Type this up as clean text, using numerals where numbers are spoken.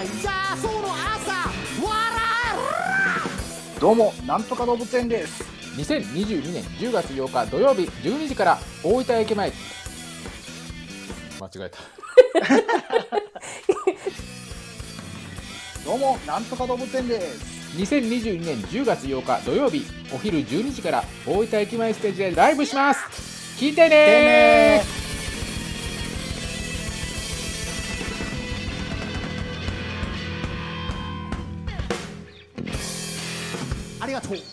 ないじゃあその朝笑どうもなんとか動物園です。 2022年10月8日土曜日12時から大分駅前。間違えた。 どうもなんとか動物園です。 2022年10月8日土曜日お昼12時から大分駅前ステージでライブします。聞いてねありがとう。